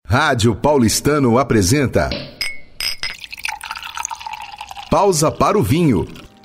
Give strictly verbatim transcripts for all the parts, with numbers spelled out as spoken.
Rádio Paulistano apresenta Pausa para o Vinho.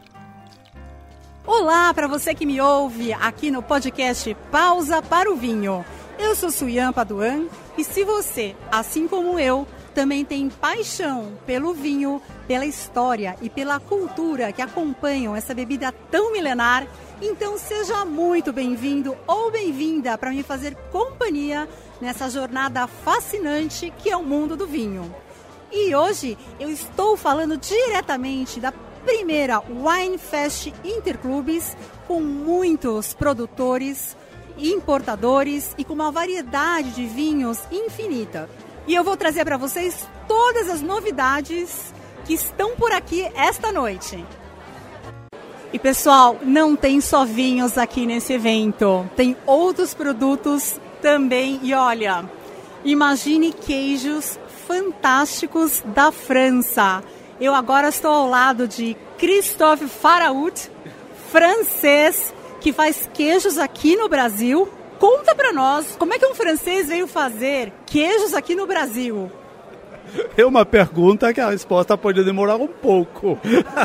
Olá para você que me ouve aqui no podcast Pausa para o Vinho. Eu sou Suyan Paduan e se você, assim como eu, também tem paixão pelo vinho, pela história e pela cultura que acompanham essa bebida tão milenar, então seja muito bem-vindo ou bem-vinda para me fazer companhia nessa jornada fascinante que é o mundo do vinho. E hoje eu estou falando diretamente da primeira Wine Fest Interclubes, com muitos produtores, importadores e com uma variedade de vinhos infinita. E eu vou trazer para vocês todas as novidades que estão por aqui esta noite. E pessoal, não tem só vinhos aqui nesse evento, tem outros produtos também. E olha, imagine queijos fantásticos da França. Eu agora estou ao lado de Christophe Faraout, francês, que faz queijos aqui no Brasil. Conta pra nós, como é que um francês veio fazer queijos aqui no Brasil? É uma pergunta que a resposta pode demorar um pouco.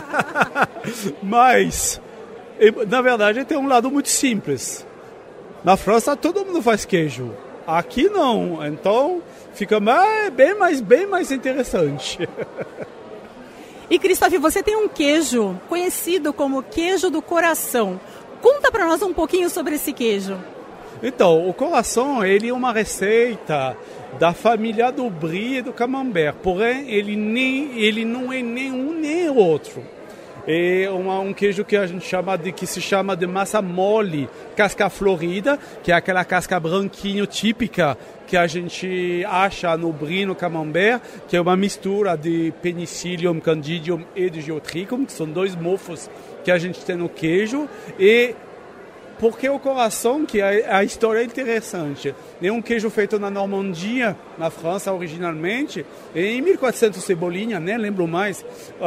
Mas, na verdade, tem um lado muito simples. Na França, todo mundo faz queijo. Aqui não. Então, fica mais, bem, mais, bem mais interessante. E, Christophe, você tem um queijo conhecido como queijo do coração. Conta pra nós um pouquinho sobre esse queijo. Então, o coração, ele é uma receita da família do Brie e do Camembert, porém ele, nem, ele não é nem um nem outro. É uma, um queijo que a gente chama de, que se chama de massa mole, casca florida, que é aquela casca branquinho típica que a gente acha no Brie e no Camembert, que é uma mistura de Penicillium, Candidium e de Geotrichum, que são dois mofos que a gente tem no queijo. E porque o coração, que a, a história é interessante, é um queijo feito na Normandia, na França originalmente, em mil e quatrocentos Cebolinha, nem lembro mais,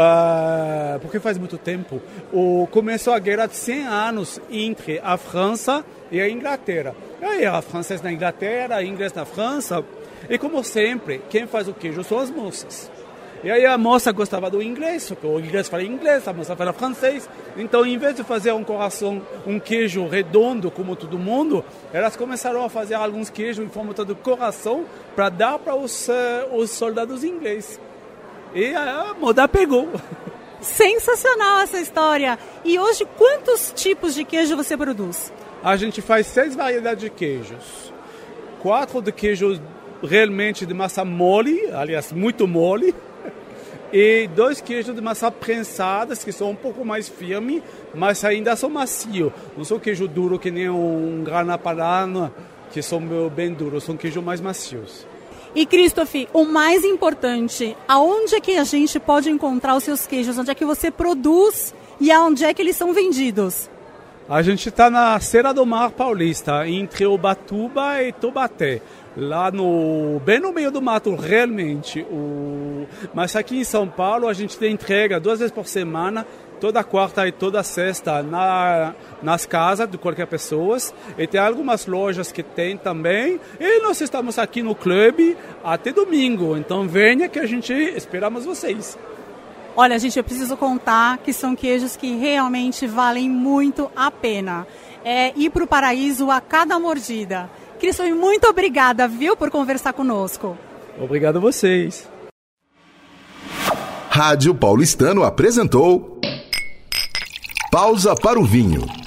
uh, porque faz muito tempo. O, começou a guerra de cem anos entre a França e a Inglaterra. Aí era francês na Inglaterra, inglês na França, e como sempre, quem faz o queijo são as moças. E aí a moça gostava do inglês, o inglês fala inglês, a moça fala francês. Então, em vez de fazer um coração, um queijo redondo como todo mundo, elas começaram a fazer alguns queijos em forma de coração para dar para os, uh, os soldados ingleses. E a moda pegou. Sensacional essa história! E hoje, quantos tipos de queijo você produz? A gente faz seis variedades de queijos. Quatro de queijos realmente de massa mole, aliás, muito mole. E dois queijos de massa prensadas, que são um pouco mais firmes, mas ainda são macios. Não são queijo duro que nem um Grana Padano, que são bem duros, são queijos mais macios. E, Christophe, o mais importante, aonde é que a gente pode encontrar os seus queijos? Onde é que você produz e aonde é que eles são vendidos? A gente está na Serra do Mar Paulista, entre Ubatuba e Taubaté. Lá no, bem no meio do mato, realmente. O... Mas aqui em São Paulo a gente tem entrega duas vezes por semana, toda quarta e toda sexta, na, nas casas de qualquer pessoa. E tem algumas lojas que tem também. E nós estamos aqui no clube até domingo. Então venha que a gente esperamos vocês. Olha, gente, eu preciso contar que são queijos que realmente valem muito a pena. É ir para o paraíso a cada mordida. Christophe, muito obrigada, viu, por conversar conosco. Obrigado a vocês. Rádio Paulistano apresentou Pausa para o Vinho.